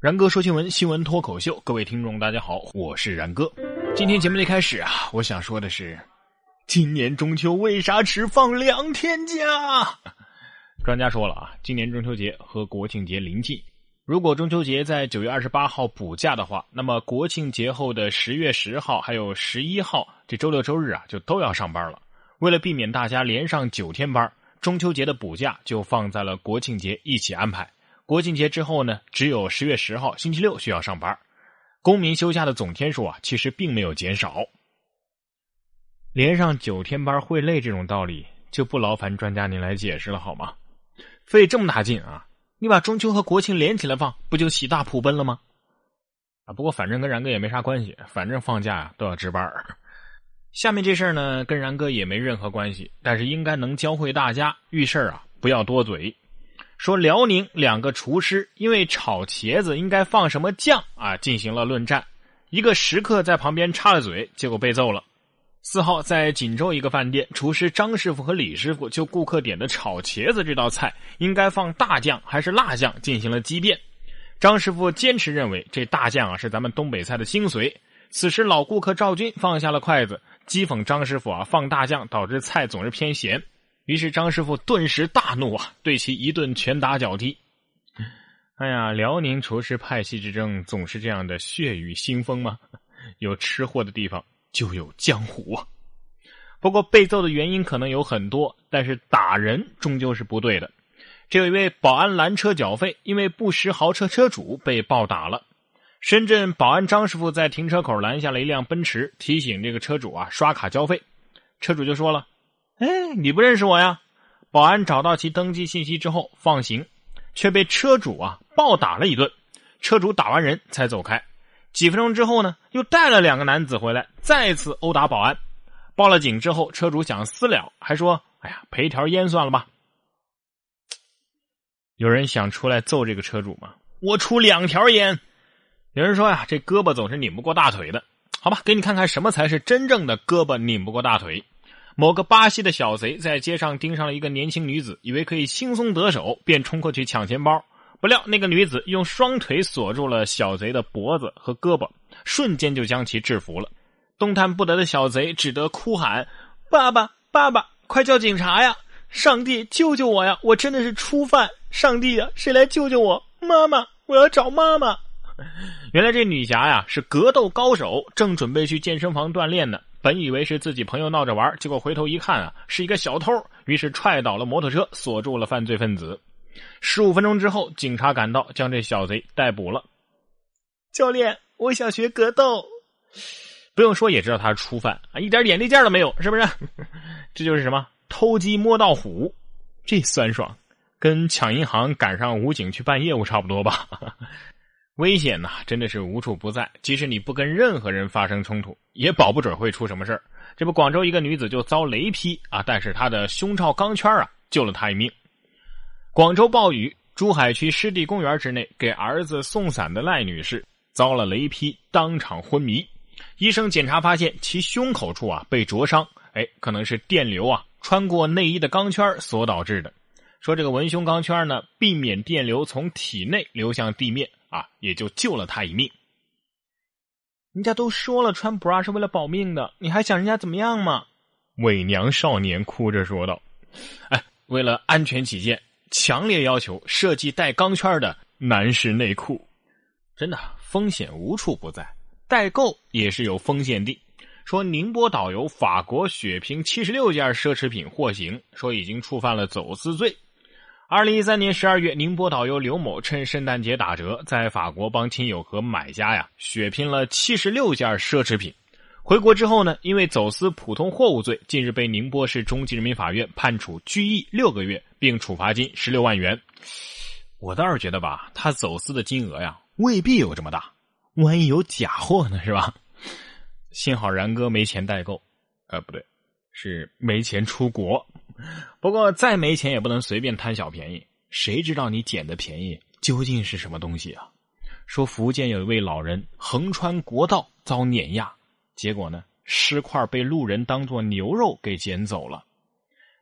然哥说新闻，新闻脱口秀，各位听众大家好，我是然哥。今天节目的一开始啊，我想说的是，今年中秋为啥只放2天假？专家说了啊，今年中秋节和国庆节临近，如果中秋节在9月28号补假的话，那么国庆节后的10月10号还有11号这周六周日啊，就都要上班了。为了避免大家连上9天班，中秋节的补假就放在了国庆节一起安排。国庆节之后呢，只有10月10号星期六需要上班，公民休假的总天数啊，其实并没有减少。连上9天班会累这种道理，就不劳烦专家您来解释了好吗？费这么大劲啊，你把中秋和国庆连起来放，不就喜大普奔了吗？不过反正跟然哥也没啥关系，反正放假都要值班。下面这事儿呢，跟然哥也没任何关系，但是应该能教会大家遇事啊不要多嘴。说辽宁2个厨师因为炒茄子应该放什么酱啊进行了论战，一个食客在旁边插了嘴，结果被揍了。4号在锦州一个饭店，厨师张师傅和李师傅就顾客点的炒茄子这道菜应该放大酱还是辣酱进行了激辩。张师傅坚持认为这大酱啊是咱们东北菜的精髓。此时老顾客赵军放下了筷子，讥讽张师傅啊放大酱导致菜总是偏咸。于是张师傅顿时大怒啊，对其一顿拳打脚踢。哎呀，辽宁厨师派系之争总是这样的血雨腥风吗？有吃货的地方就有江湖啊。不过被揍的原因可能有很多，但是打人终究是不对的。这有一位保安拦车缴费，因为不识豪车车主被暴打了。深圳保安张师傅在停车口拦下了一辆奔驰，提醒这个车主啊刷卡交费。车主就说了，你不认识我呀？保安找到其登记信息之后放行，却被车主啊暴打了一顿。车主打完人才走开。几分钟之后呢，又带了2个男子回来，再次殴打保安。报了警之后，车主想私了，还说赔条烟算了吧。有人想出来揍这个车主吗？我出2条烟。有人说呀，这胳膊总是拧不过大腿的。好吧，给你看看什么才是真正的胳膊拧不过大腿。某个巴西的小贼在街上盯上了一个年轻女子，以为可以轻松得手，便冲过去抢钱包。不料那个女子用双腿锁住了小贼的脖子和胳膊，瞬间就将其制服了。动弹不得的小贼只得哭喊，爸爸爸爸，快叫警察呀，上帝救救我呀，我真的是初犯，上帝呀，谁来救救我，妈妈，我要找妈妈。原来这女侠呀是格斗高手，正准备去健身房锻炼呢。本以为是自己朋友闹着玩，结果回头一看啊，是一个小偷，于是踹倒了摩托车，锁住了犯罪分子。15分钟之后，警察赶到，将这小贼逮捕了。教练，我想学格斗。不用说也知道他是初犯啊，一点眼力劲都没有，是不是？这就是什么偷鸡摸到虎，这酸爽，跟抢银行赶上武警去办业务差不多吧。危险呐，真的是无处不在，即使你不跟任何人发生冲突，也保不准会出什么事儿。这不，广州一个女子就遭雷劈啊，但是她的胸罩钢圈啊救了她一命。广州暴雨，珠海区湿地公园之内给儿子送伞的赖女士遭了雷劈，当场昏迷。医生检查发现其胸口处啊被灼伤，可能是电流啊穿过内衣的钢圈所导致的。说这个文胸钢圈呢，避免电流从体内流向地面啊，也就救了他一命。人家都说了穿 bra 是为了保命的，你还想人家怎么样吗？伪娘少年哭着说道。为了安全起见，强烈要求设计带钢圈的男士内裤。真的，风险无处不在，代购也是有风险的。说宁波导游法国血拼76件奢侈品获刑，说已经触犯了走私罪。2013年12月，宁波导游刘某趁圣诞节打折，在法国帮亲友和买家血拼了76件奢侈品。回国之后呢，因为走私普通货物罪，近日被宁波市中级人民法院判处拘役6个月，并处罚金16万元。我倒是觉得吧，他走私的金额未必有这么大，万一有假货呢，是吧？幸好然哥没钱代购，不对，是没钱出国。不过再没钱也不能随便贪小便宜，谁知道你捡的便宜究竟是什么东西啊？说福建有一位老人横穿国道遭碾压，结果呢尸块被路人当作牛肉给捡走了。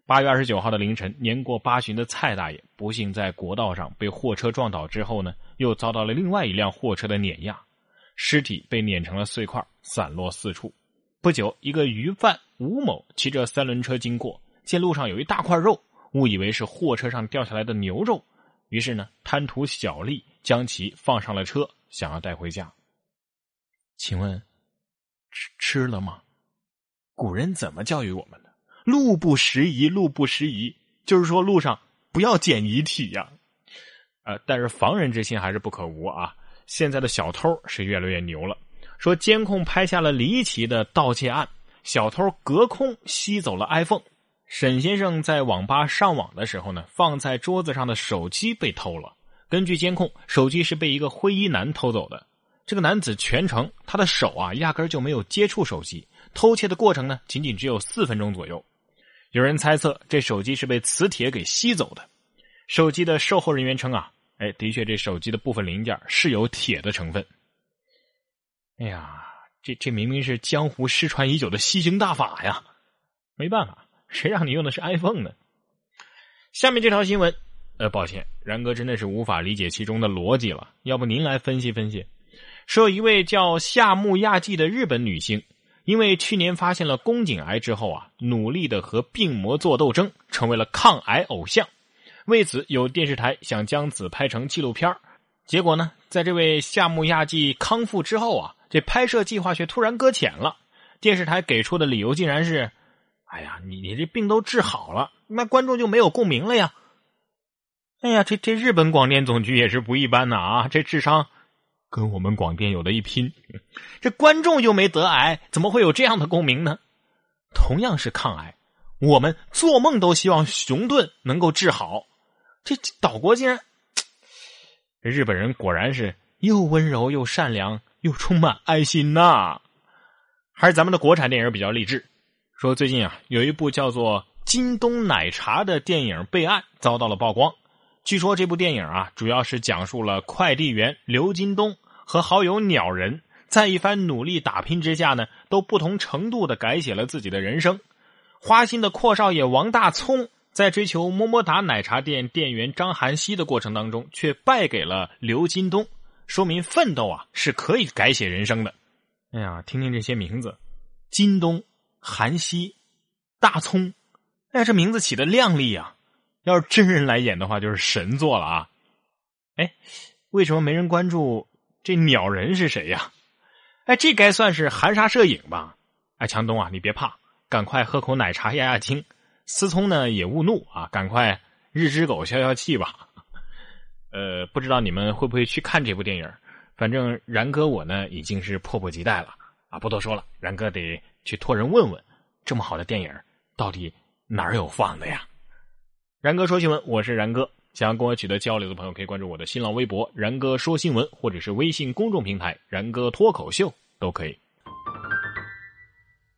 8月29号的凌晨，年过八旬的蔡大爷不幸在国道上被货车撞倒之后呢，又遭到了另外一辆货车的碾压，尸体被碾成了碎块，散落四处。不久，一个鱼贩吴某骑着3轮车经过，见路上有一大块肉，误以为是货车上掉下来的牛肉，于是呢，贪图小利，将其放上了车，想要带回家。请问，吃了吗？古人怎么教育我们的？路不拾遗，路不拾遗，就是说路上不要捡遗体呀。但是防人之心还是不可无啊。现在的小偷是越来越牛了，说监控拍下了离奇的盗窃案，小偷隔空吸走了 iPhone。沈先生在网吧上网的时候呢，放在桌子上的手机被偷了。根据监控，手机是被一个灰衣男偷走的。这个男子全程他的手压根就没有接触手机，偷窃的过程呢仅仅只有4分钟左右。有人猜测这手机是被磁铁给吸走的。手机的售后人员称的确这手机的部分零件是有铁的成分。哎呀，这明明是江湖失传已久的吸星大法呀！没办法，谁让你用的是 iPhone 呢？下面这条新闻，抱歉，然哥真的是无法理解其中的逻辑了，要不您来分析分析。说一位叫夏目亚纪的日本女星，因为去年发现了宫颈癌之后努力的和病魔做斗争，成为了抗癌偶像。为此，有电视台想将此拍成纪录片，结果呢，在这位夏目亚纪康复之后这拍摄计划却突然搁浅了。电视台给出的理由竟然是：哎呀，你这病都治好了，那观众就没有共鸣了呀。哎呀，这日本广电总局也是不一般的这智商跟我们广电有的一拼。这观众又没得癌，怎么会有这样的共鸣呢？同样是抗癌，我们做梦都希望熊顿能够治好，这岛国竟然……日本人果然是又温柔又善良又充满爱心呐。还是咱们的国产电影比较励志。说最近有一部叫做金东奶茶的电影备案遭到了曝光。据说这部电影主要是讲述了快递员刘金东和好友鸟人在一番努力打拼之下呢，都不同程度的改写了自己的人生。花心的阔少爷王大聪在追求么么哒奶茶店店员张涵熙的过程当中，却败给了刘金东，说明奋斗是可以改写人生的。哎呀，听听这些名字，金东、涵熙、大聪，这名字起的靓丽啊！要是真人来演的话，就是神作了为什么没人关注这鸟人是谁呀？这该算是含沙射影吧？强东你别怕，赶快喝口奶茶压压惊。思聪呢也勿怒赶快日之狗消消气吧。不知道你们会不会去看这部电影？反正然哥我呢已经是迫不及待了不多说了，然哥得去托人问问，这么好的电影到底哪儿有放的呀？然哥说新闻，我是然哥。想要跟我取得交流的朋友，可以关注我的新浪微博然哥说新闻，或者是微信公众平台然哥脱口秀都可以。